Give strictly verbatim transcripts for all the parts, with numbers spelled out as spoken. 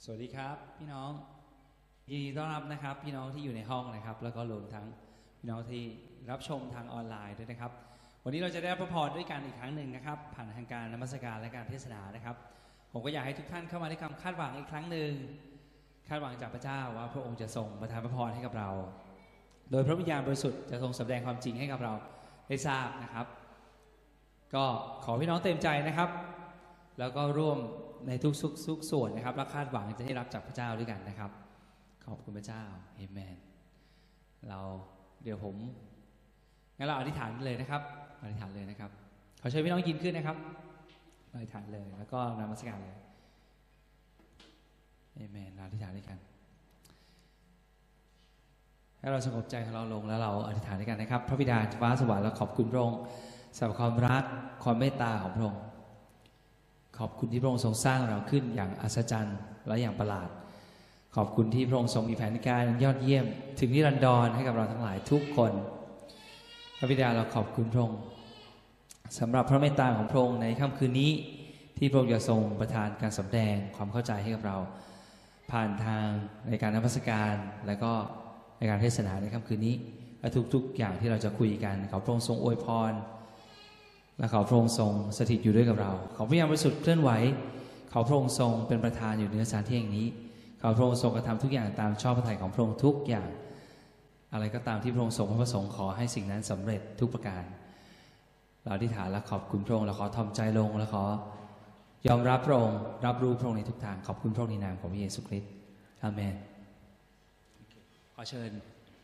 สวัสดีครับพี่น้องยินดีต้อนรับนะครับพี่น้องที่อยู่ในห้องนะครับแล้วก็รวมทั้งพี่น้องที่รับชมทางออนไลน์ด้วยนะครับวันนี้เราจะได้รับพระพรด้วยกันอีกครั้งหนึ่งนะครับผ่านทางการนมัสการและการเทศนานะครับผมก็อยากให้ทุกท่านเข้ามาด้วยความคาดหวังอีกครั้งหนึ่งคาดหวังจากพระเจ้าว่าพระองค์จะทรงประทานพระพรให้กับเราโดยพระวิญญาณบริสุทธิ์จะทรงแสดงความจริงให้กับเราได้ทราบนะครับก็ขอพี่น้องเต็มใจนะครับแล้วก็ร่วมในทุกสุขสุขส่วนนะครับและคาดหวังจะได้รับจากพระเจ้าด้วยกันนะครับขอบคุณพระเจ้าเอเมนเราเดี๋ยวผมงั้นเราอธิษฐานเลยนะครับอธิษฐานเลยนะครับขอเชิญพี่น้องยืนขึ้นนะครับอธิษฐานเลยแล้วก็นมัสการเลยเอเมนเราอธิษฐานด้วยกันให้เราสงบใจของเราลงแล้วเราอธิษฐานด้วยกันนะครับพระบิดาฟ้าสวรรค์เราขอบคุณพระองค์สำหรับความรักความเมตตาของพระองค์ขอบคุณที่พระองค์ทรงสร้างเราขึ้นอย่างอัศจรรย์และอย่างประหลาดขอบคุณที่พระองค์ทรงมีแผนการยอดเยี่ยมถึงนิรันดรให้กับเราทั้งหลายทุกคนพระบิดาเราขอบคุณพระองค์สำหรับพระเมตตาของพระองค์ในค่ำคืนนี้ที่พระองค์จะทรงประทานการสำแดงความเข้าใจให้กับเราผ่านทางในการนมัสการและก็ในการเทศนาในค่ำคืนนี้และทุกๆอย่างที่เราจะคุยกันขอพระองค์ทรงอวยพรและขอพระองค์ทรงสถิตอยู่ด้วยกับเราขอพระวิญญาณบริสุทธิ์เคลื่อนไหวขอพระองค์ทรงเป็นประธานอยู่เหนือสถานที่แห่งนี้ขอพระองค์ทรงกระทำทุกอย่างตามชอบพระทัยของพระองค์ทุกอย่างอะไรก็ตามที่พระองค์ทรงพระประสงค์ขอให้สิ่งนั้นสำเร็จทุกประการเราอธิษฐานและขอบคุณพระองค์และขอทอมใจลงและขอยอมรับพระองค์รับรู้พระองค์ในทุกทางขอบคุณพระองค์ในนามของพระเยซูคริสต์อาเมนขอเชิญ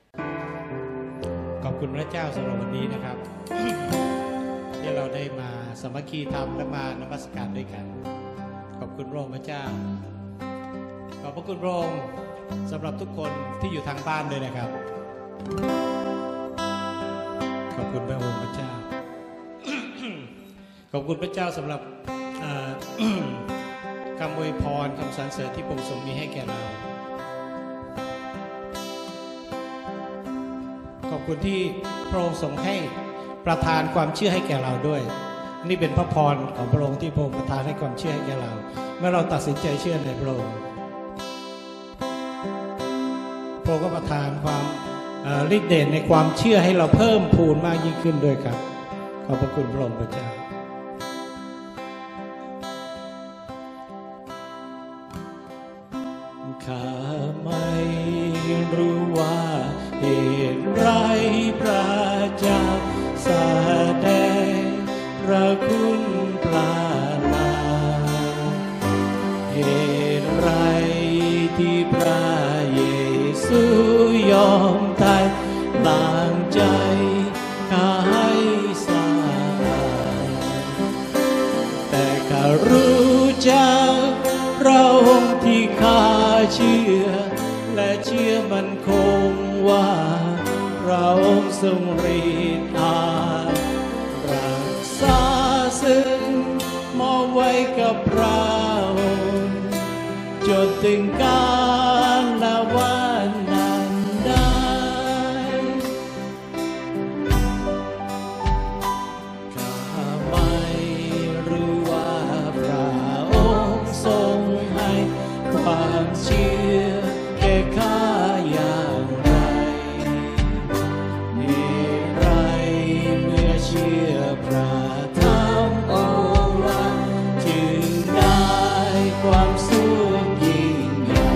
ขอบคุณพระเจ้าสำหรับวันนี้นะครับที่เราได้มาสามัคคีธรรมและมานมัสการด้วยกันขอบคุณพระองค์พระเจ้าขอบพระคุณพระองค์สำหรับทุกคนที่อยู่ทางบ้านด้วยนะครับขอบคุณพระองค์พระเจ้า ขอบคุณพระเจ้าสำหรับคำอวยพรคำสรรเสริญที่พระองค์ทรงมีให้แก่เราขอบคุณที่พระองค์ทรงให้ประทานความเชื่อให้แก่เราด้วยนี่เป็นพระพรของพระองค์ที่พระองค์ประทานให้ความเชื่อให้แก่เราเมื่อเราตัดสินใจเชื่อในพระองค์พระองค์ก็ประทานความฤทธิ์เดชในความเชื่อให้เราเพิ่มพูนมากยิ่งขึ้นด้วยครับขอบพระคุณพระองค์พระเจ้าข้าไม่รู้ว่าเหตุไรพระเจ้าแสดงพระคุณปรานาเหตุไรที่พระเยซูยอมตายล้างใจข้าให้สะอาดแต่ข้ารู้จักพระองค์ที่ข้าเชื่อและเชื่อมันคงว่าพระองค์ทรงฤทธิ์อาจรักษาซึ่งมอบไว้กับพระองค์จนถึงกาลและวันนั้นได้ข้าไม่รู้ว่าพระองค์ทรงให้ความเชื่อแก่ข้าอย่างไรเหตุไรเมื่อเชื่อพระธรรมองค์ว่าจึงได้ความสุขยิ่งใหญ่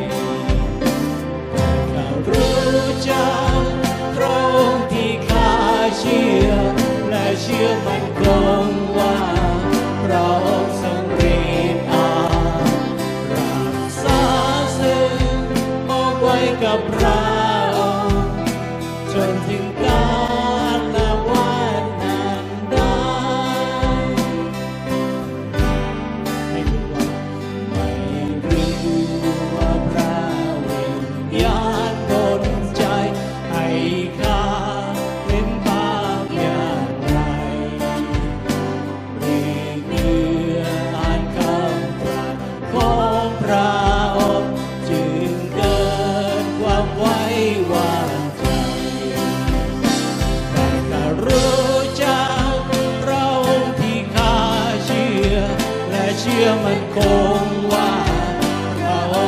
ข้ารู้จักพระองค์ที่ข้าเชื่อและเชื่อมันคงว่าพระองค์ทรงฤทธิ์อาจรักษาซึ่งมอบไว้กับพระองค์จนถึงกาลและวันนั้นได้ไม่รู้ว่าไม่รู้ว่าพระวิญญาณดลใจให้ข้าเป็นบาปอย่างไรเรียกเนื้ออ่านคำตรัสของพระองค์จึงเกิดความไว้วางใจแต่ข้ารู้จักพระองค์ที่ข้าเชื่อและเชื่อมันคงว่าพระอ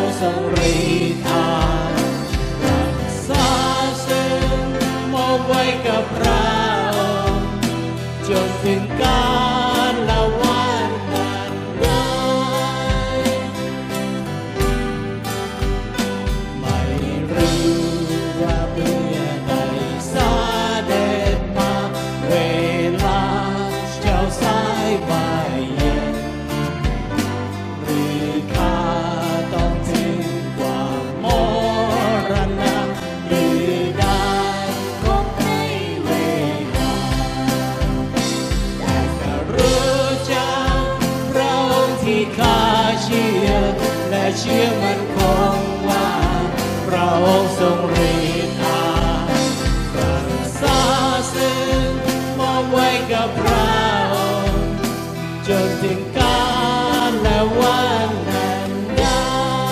เชื่อมันคงว่าพระองค์ทรงฤทธิ์อาจรักษาซึ่งมอบไว้กับพระองค์จนถึงกาลและวันนั้นได้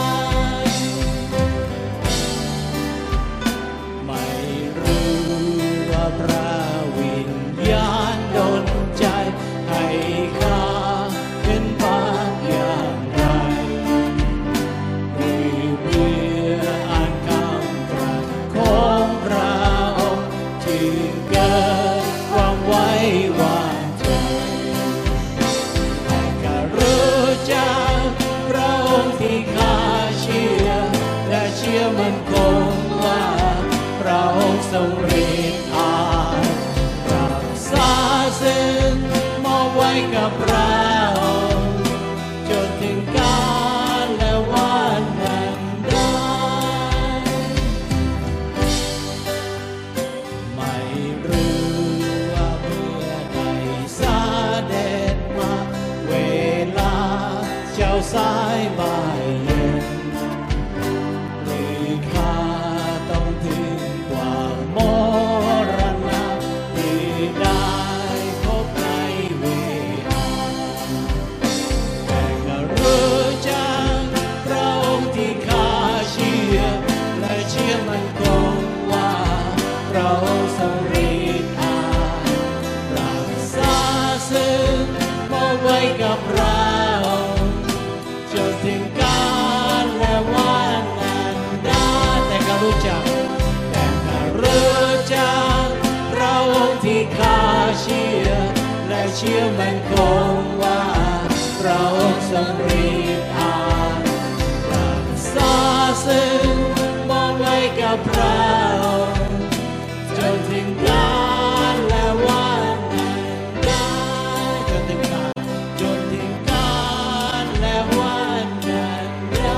ไม่รู้ว่าพระวิญญาณดลใจให้ข้าเป็นบางอย่างไรหรือเมื่ออ่านคำตรัสของพระองค์ถึงเกิดความไว้วางใจแต่ก็รู้จักพระองค์ที่ข้าเชื่อและเชื่อมันคงว่าพระองค์ทรงฤทธิ์อาจรักษาซึ่งมอบไว้กับพระองค์จนถึงกาลและวันนั้นได้ไม่รู้ว่าเมื่อใดเสด็จมาเวลาเจ้าสายบ่ายเย็นหรือข้าต้องถึงกว่ามรณะที่ได้พบในเวลาแต่ก็รู้จักพระองค์ที่ข้าเชื่อและเชื่อมันคงว่าพระองค์ทรงฤทธิ์อาจรักษาซึ่งมอบไว้กับพระองค์จนถึงกาลและวันนั้นได้แต่ก็รู้จักแต่ก็รู้จักพระองค์ที่ข้าเชื่อและเชื่อมันคงว่าพระองค์ทรงฤทธิ์อาจรักษาซึ่งมอบไว้กับพระองค์จนถึงกาลและวันนั้นได้จนถึงกาลจนถึงกาลและวันนั้นได้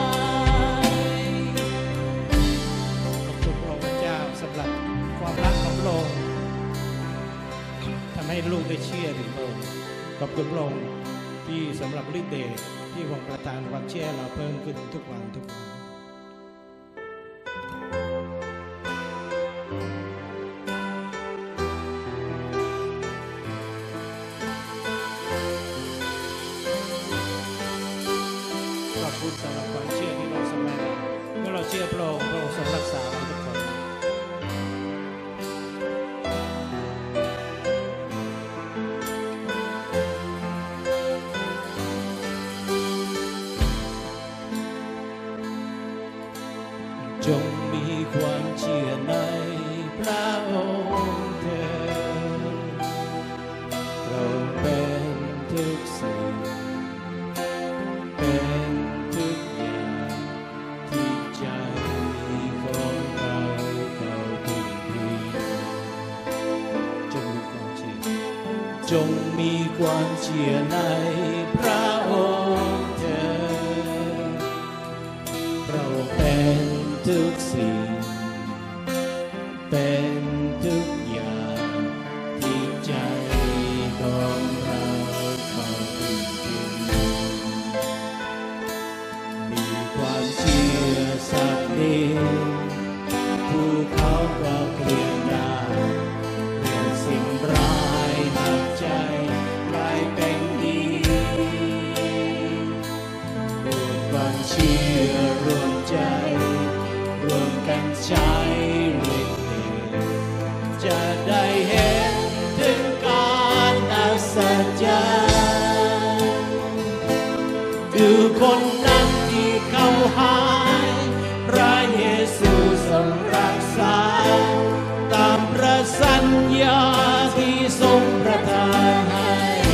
ขอบคุณพระองค์เจ้าสำหรับความรักของพระองค์ทำให้ลูกได้เชื่อถึงพระองค์ขอบคุณพระองค์ที่สำหรับฤทธิ์เดชที่พระองค์ประทานความเชื่อเราเพิ่มขึ้นทุกวันทุกวันขอบคุณสำหรับความเชื่อที่เราสำแดงเมื่อเราเชื่อพระองค์พระองค์ทรงรักษาเราทุกคนจงมีความเชื่อในพระองค์เถิดเราเป็นทุกสิ่งเป็นทุกอย่างที่ใจของเราเข้าถึงพิงจงมีความเชื่อจงมีความเชื่อในพระองค์เถิดเราเป็นทุกสิ่งเป็นทุกอย่างที่ใจของเราเข้าถึงพิงมีความเชื่อสักนิดภูเขาก็เคลื่อนได้เปลี่ยนสิ่งร้ายหนักใจกลายเป็นดีรวมความเชื่อรวมใจรวมกันใช้ฤทธิ์เดชจะได้เห็นถึงการอัศจรรย์ดูคนนั้นที่เขาหายพระเยซูทรงรักษาตามพระสัญญาที่ทรงประทานให้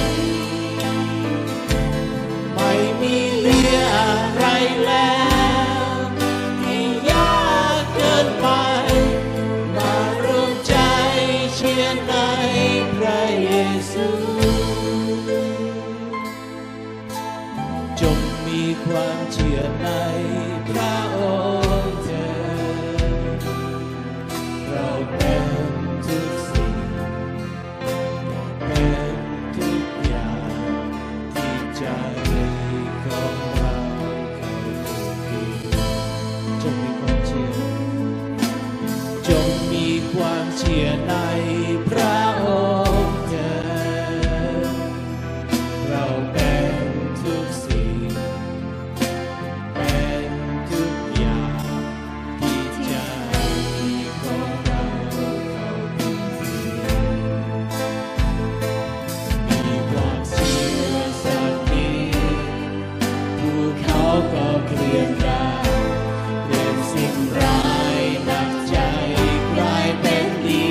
ไม่มีเหลืออะไรแล้วที่ยากเกินไปมารวมใจเชื่อในพระเยซูจงมีความเชื่อในพระองค์เถิดเราเป็นทุกสิ่งเป็นทุกอย่างที่ใจของเราเข้าถึงชื่อในพระองค์เถิดเราเป็นทุกสิ่งเป็นทุกอย่างที่ใจของเราเข้าถึงมีความเชื่อสักนิดภูเขาก็เคลื่อนได้เปลี่ยนสิ่งร้ายหนักใจกลายเป็นดี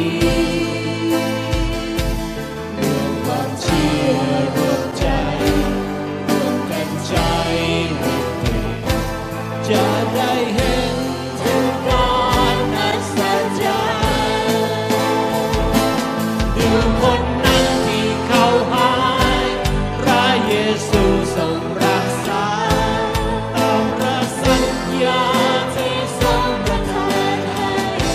รวมความเชื่อรวมใจรวมกันใจรวมเดียวจะได้เห็นถึงการอัศจรรย์ดูคนนั้นที่เขาหายพระเยซูทรงรักษาตามพระสัญญาที่ทรงประทานให้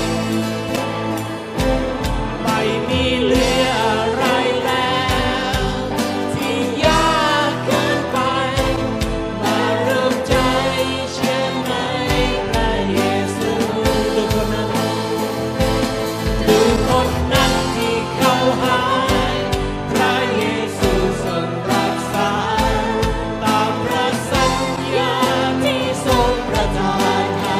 ไม่มีเหลืออะไรแล้วที่ยากเกินไปมาเริ่มใจเชื่อในพระเยซูดูคนนั้นดูคนนั้นที่เขาหายพระเยซูทรงรักษาตามพระสัญญาที่ทรงประทานให้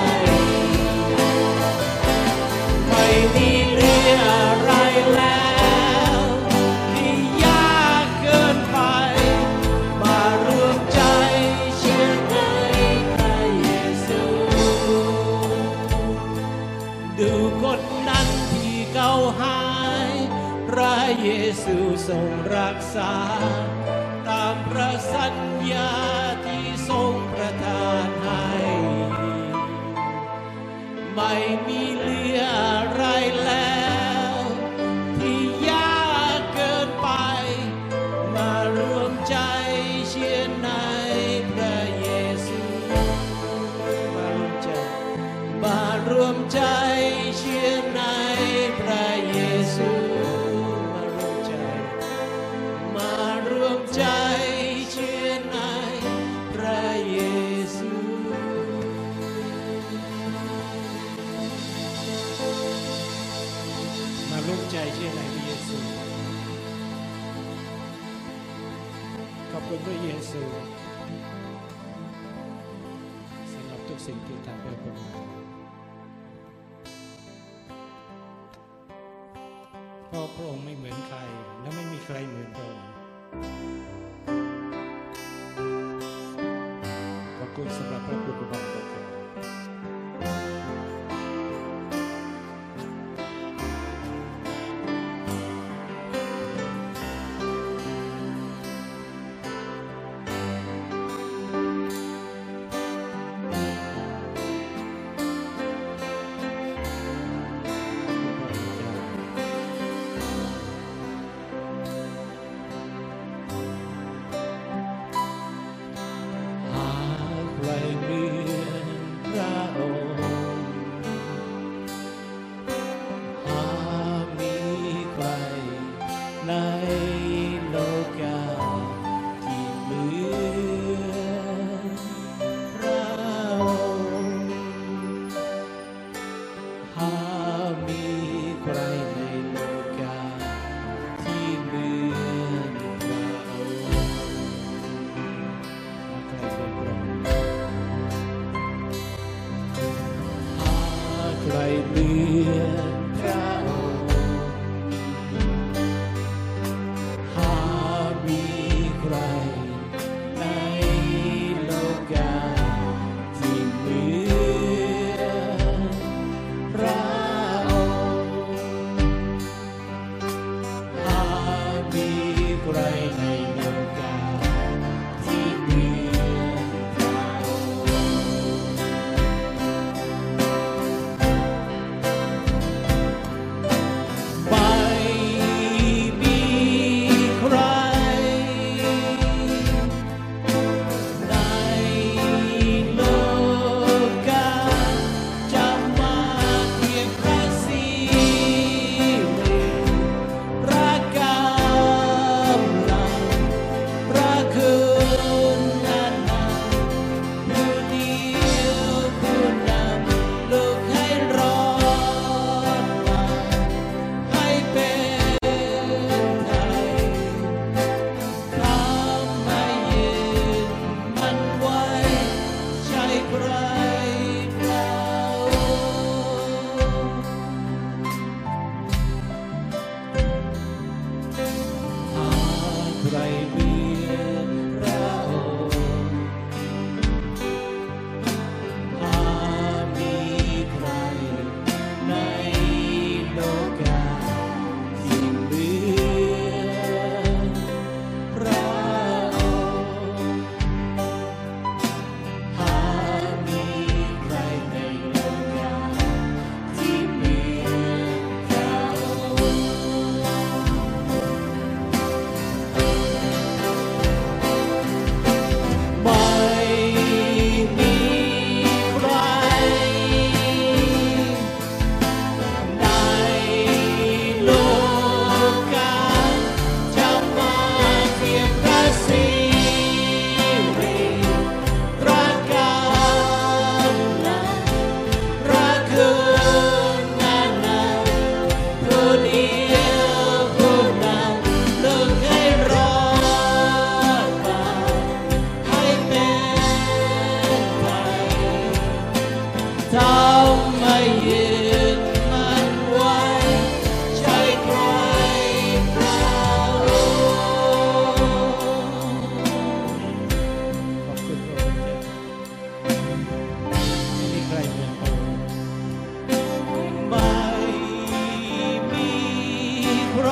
ไม่มีเหลืออะไรแล้วที่ยากเกินไปมารวมใจเชื่อในพระเยซูดูคนนั้นที่เขาหายพระเยซูทรงรักษาตามพระสัญญาที่ทรงประทานให้ไม่มีเหลืออะไรแล้วที่ยากเกินไปมารวมใจเชื่อในพระเยซูมารวมใจมารวมใจเชื่อในพระเยซูมารวมใจมารวมใจเชื่อในพระเยซูมารวมใจเชื่อในพระเยซูขอบคุณพระเยซูสำหรับทุกสิ่งที่ทำเพื่อพระองค์เพราะพระองค์ไม่เหมือนใครและไม่มีใครเหมือนพระองค์ขอบคุณสำหรับพระคุณของพระองค์หาใครเหมือนพระองค์หามีใครในโลกาที่เหมือนพระองค์หามีใครในโลกาที่เหมือนพระองค์ใครเป็นพระองค์หาใครเหมือนพระองค์หามีใครในโลกาที่เหมือนพระองค์หามีใครในโลกาที่เหมือนพระองค์ไม่มีใครเหมือนพระองค์ไม่มีใคร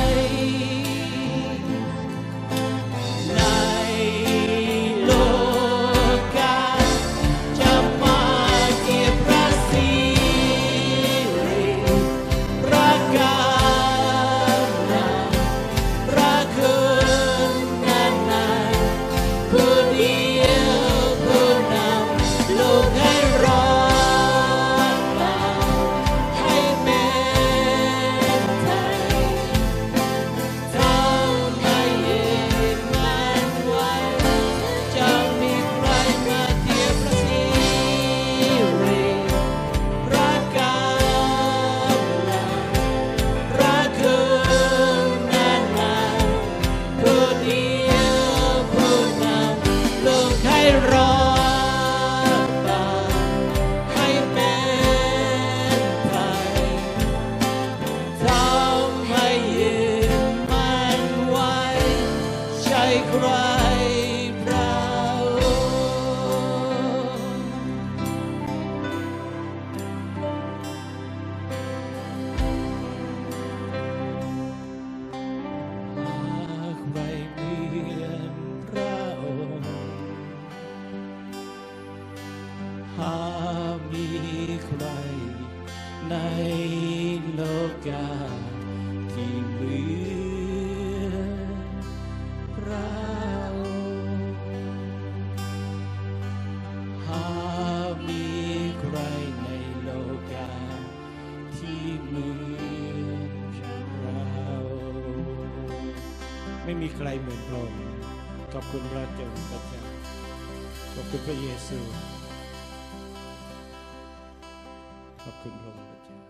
ในโลกาจะมาเทียบพระสิริพระกำลังพระคุณนั้นนั้นผู้เดียวผู้นำโลกให้รอดมาให้เป็นไทยเท่าไม่เห็นมันไว้จะมีใครมาเทียบพระสิริพระกำลังพระคุณนั้นนั้นผู้เดียวผู้นำโลกให้รอดมาให้เป็นไทยทำให้ยืนมันไว้ใช่ใครพระหากไม่เหมือนพระองค์หากมีใครในโลกาที่เหมือนพระองค์หากมีใครในโลกาที่เหมือนเราไม่มีใครเหมือนพระองค์ขอบคุณพระเจ้าพระเจ้าขอบคุณพระเยซูขอบคุณพระองค์พระเจ้า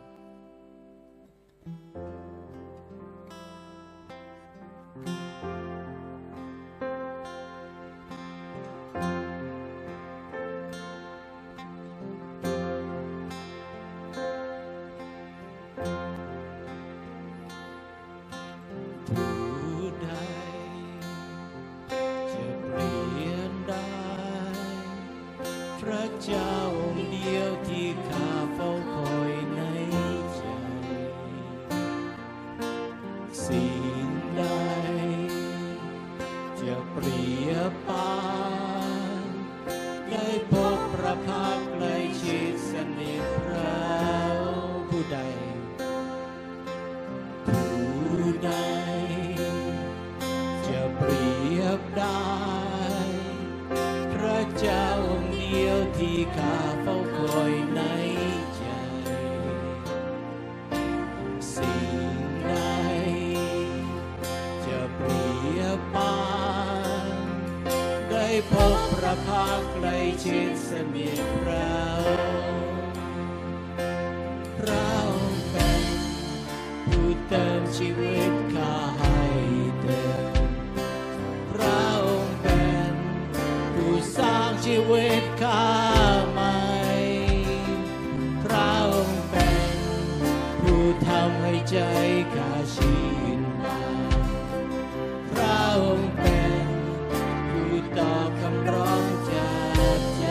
ผู้ใดจะเปลี่ยนได้พระเจ้าองค์เดียวที่ข้าเฝ้าคอยในใจ สิ่งใดจะเปรียบปานได้พบพระพักตร์ใกล้ชิดสนิทเราผู้ใดผู้ใดจะเปรียบได้พระเจ้าองค์เดียวที่ข้าเฝ้าคอยในใจสิ่งใดจะเปรียบปานได้พบพระพักตร์ใกล้ชิดสนิทเราเราเป็นผู้เติมชีวิตข้าให้เดินเราเป็นผู้สร้างชีวิตข้าใหม่เราเป็นผู้ทำให้ใจข้าชื่นบานเราเป็นผู้ตอบคำร้องจากใจ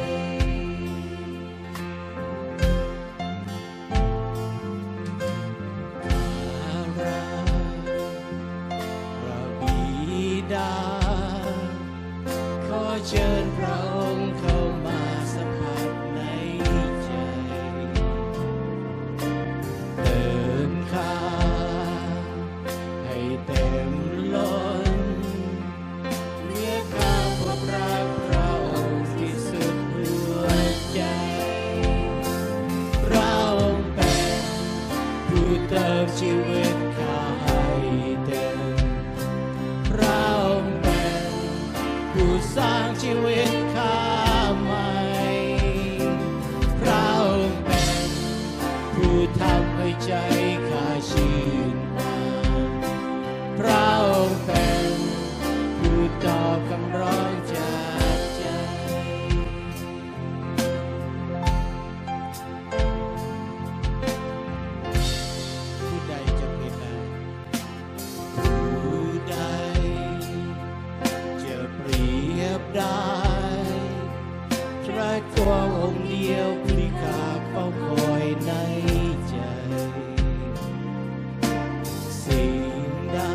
เราเราบิดาขอเชิญพระองค์เข้ามาสัมผัสในใจ เติมข้าให้เต็มล้นเมื่อข้าพบตัวองค์เดียวที่ข้าเฝ้าคอยในใจสิ่งใด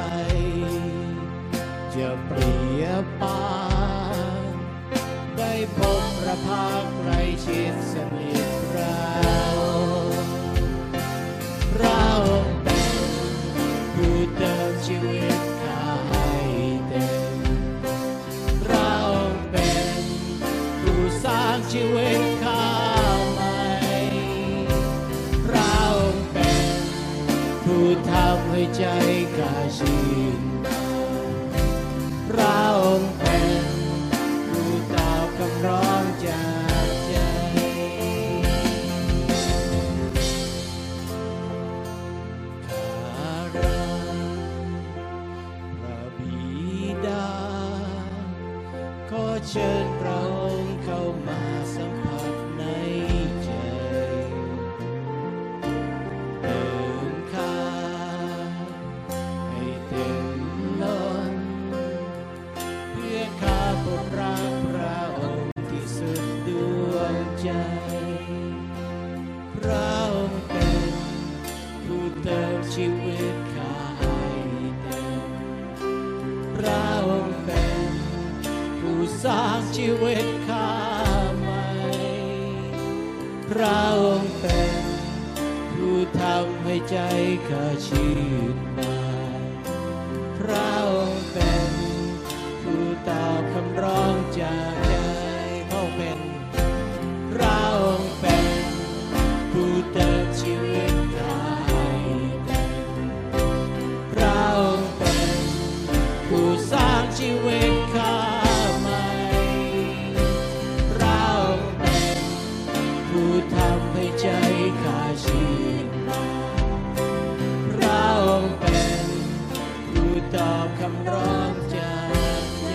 จะเปรียบปานได้พบพระภาคใกล้ชิดสนิทเราเราเป็นผู้เติมชีวิตข้าให้เต็มเราเป็นผู้สร้างชีวิตข้าใหม่เราเป็นผู้ทำให้ใจข้าชื่นบานเราเป็นผู้ตอบคำร้องจากใจข้ารักพระบิดาขอเชิญพระองค์เข้ามาสัมผัสในใจเติมข้าให้เต็มล้นเพื่อข้าพบรักพระองค์ที่สุดดวงใจพระองค์เป็นผู้เติมชีวิตข้าให้เต็มพระองค์เป็นผู้สร้างชีวิตข้าใหม่พระองค์เป็นผู้ทำให้ใจข้าชื่นบานพระองค์เป็นผู้ตอบคำร้องจากใจพระองค์เป็นพระองค์เป็นผู้เติมชีวิตข้าให้เต็มพระองค์เป็นผู้สร้างชีวิตข้าใหม่พระองค์เป็นผู้ทำให้ใจข้าชื่นบานพระองค์เป็นผู้ตอบคำร้องจากใจ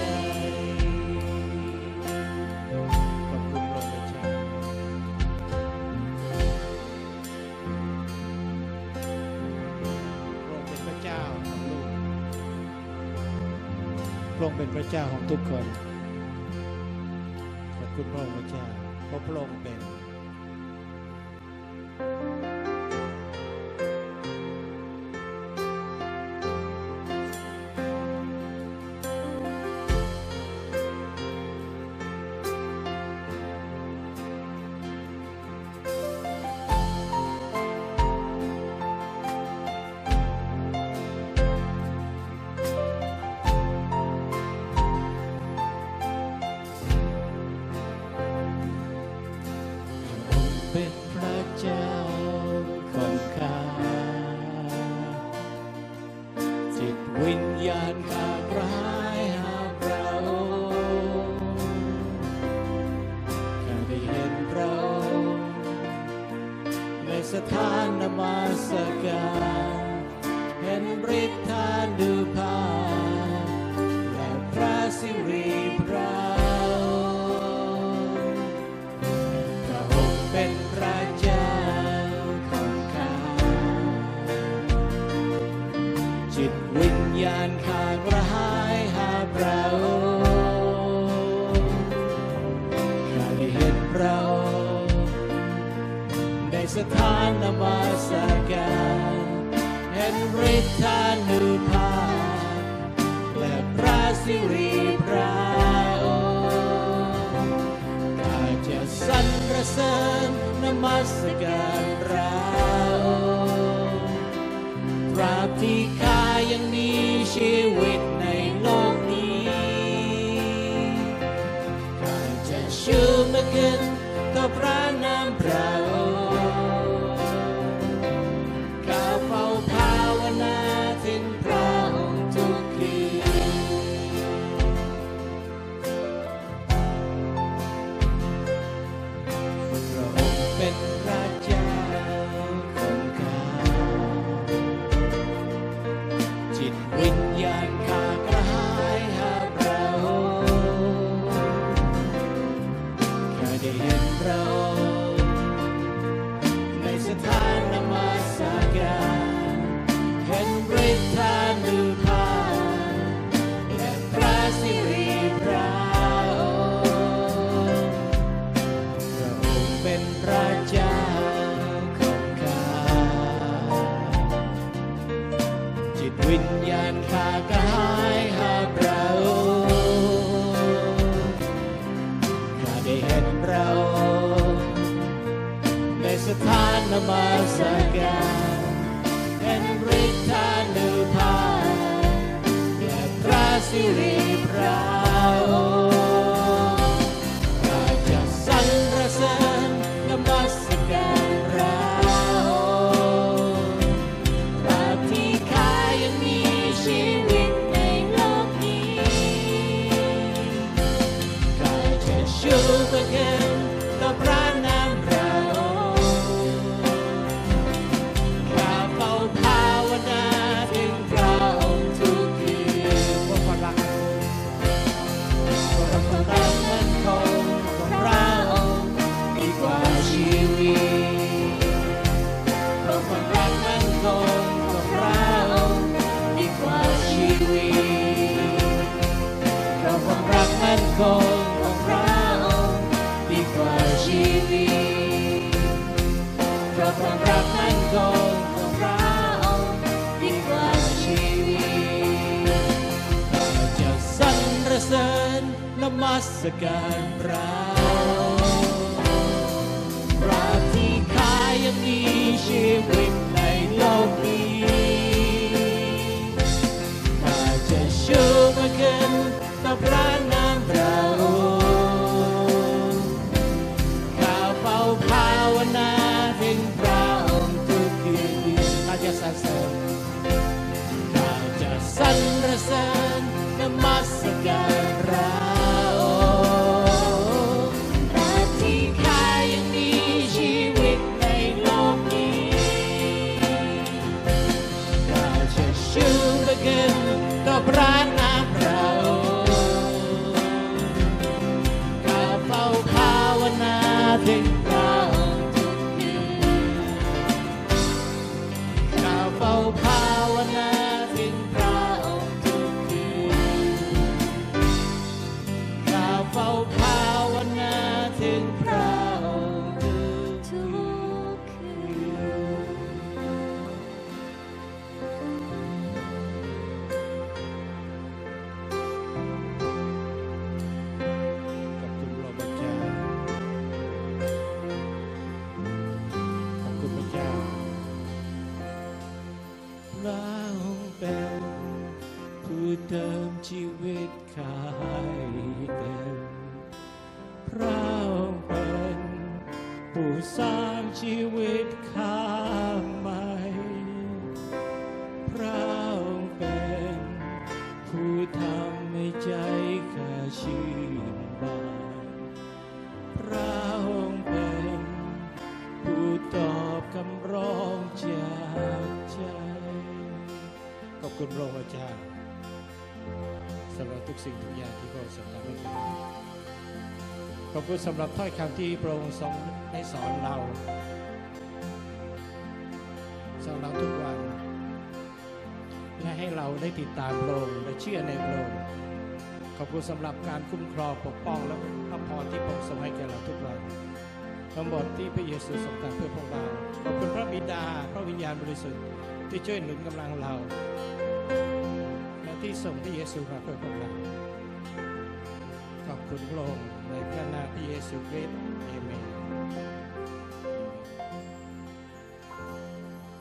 ขอบคุณพระเจ้าพระองค์เป็นพระเจ้าของลูกพระองค์เป็นพระเจ้าของทุกคนขอบคุณพระองค์พระเจ้าเพราะพระองค์เป็นเป็นพระเจ้าของข้าจิตวิญญาณข้ากระหายหาพระองค์ข้าได้เห็นพระองค์ในสถานนมัสการเห็นฤทธานุภาพและพระสิริพระเป็นพระเจ้าของข้าจิตวิญญาณข้ากระหายหาพระองค์ข้าได้เห็นพระองค์ในสถานนมัสการเห็นฤทธานุภาพและพระสิริพระองค์ข้าจะสรรเสริญนมัสการพระองค์ตราบที่ข้ายังมีชีวิตในโลกนี้ข้าจะชูมือขึ้นต่อพระนามพระองค์ข้าเฝ้าภาวนาถึงพระองค์ทุกคืนเป็นพระเจ้าของข้าจิตวิญญาณข้ากระหายหาพระองค์ข้าได้เห็นพระองค์ในสถานนมัสการเห็นฤทธานุภาพและพระสิริพระองค์เป็นพระเจ้าของข้าจิตวิญญาณข้ากระหายหาพระองค์ข้าได้เห็นพระองค์ในสถานนมัสการเห็นฤทธานุภาพและพระสิริพระองค์ข้าจะสรรเสริญนมัสการพระองค์ตราบที่ข้ายังมีชีวิตในโลกนี้ข้าจะชูพระเกียรติต่อพระนามพระองค์ข้าเฝ้าภาวนาถึงพระองค์ทุกคืนว่าความรักความรักมั่นคงของพระองค์ดีกว่าชีวิตความรักมั่นคงของพระองค์ดีกว่าชีวิตความรักมั่นคงของพระองค์ดีกว่าชีวิตความรักมั่นคงของพระองค์ดีกว่าชีวิตข้าจะสรรเสริญนมัสการพระองค์ตราบที่ข้ายังมีชีวิตในโลกนี้ข้าจะชูพระเกียรติต่อพระนามพระองค์ข้าเฝ้าภาวนาถึงพระองค์ทุกคืนข้าจะสรรเสริญข้าจะสรรเสริญนมัสการพระองค์ตราบที่ข้ายังมีชีวิตในโลกนี้ข้าจะชูพระเกียรติต่อพระนามพระองค์ข้าเฝ้าภาวนาถึงพระองค์ทุกคืนข้าเฝ้าภาวนาถึงพระองค์ทุกคืนข้าเฝ้าภาวนาถึงพระองค์ทุกคืนขอบคุณพระเจ้าขอบคุณพระเจ้าพระองค์เป็นผู้เติมชีวิตข้าให้เต็มพระองค์เป็นผู้สร้างชีวิตข้าใหม่พระองค์เป็นผู้ทำให้ใจข้าชื่นบานพระองค์เป็นผู้ตอบคำร้องจากใจขอบคุณพระองค์เจ้าสำหรับทุกสิ่งทุกอย่างที่พระองค์ทรงทำให้เราขอบคุณสำหรับถ้อยคำที่พระองค์ทรงได้สอนเราสอนเราทุกวันและให้เราได้ติดตามพระองค์และเชื่อในพระองค์ขอบคุณสำหรับการคุ้มครองปกป้องและพระพรที่พระองค์ทรงให้แก่เราทุกวันทั้งหมดที่พระเยซูทรงทำเพื่อพวกเราขอบคุณพระบิดาพระวิญญาณบริสุทธิ์ที่ช่วยหนุนกำลังเราและที่ส่งพระเยซูมาเพื่อพวกเราขอบคุณพระองค์ในพระนามพระเยซูคริสต์อาเมน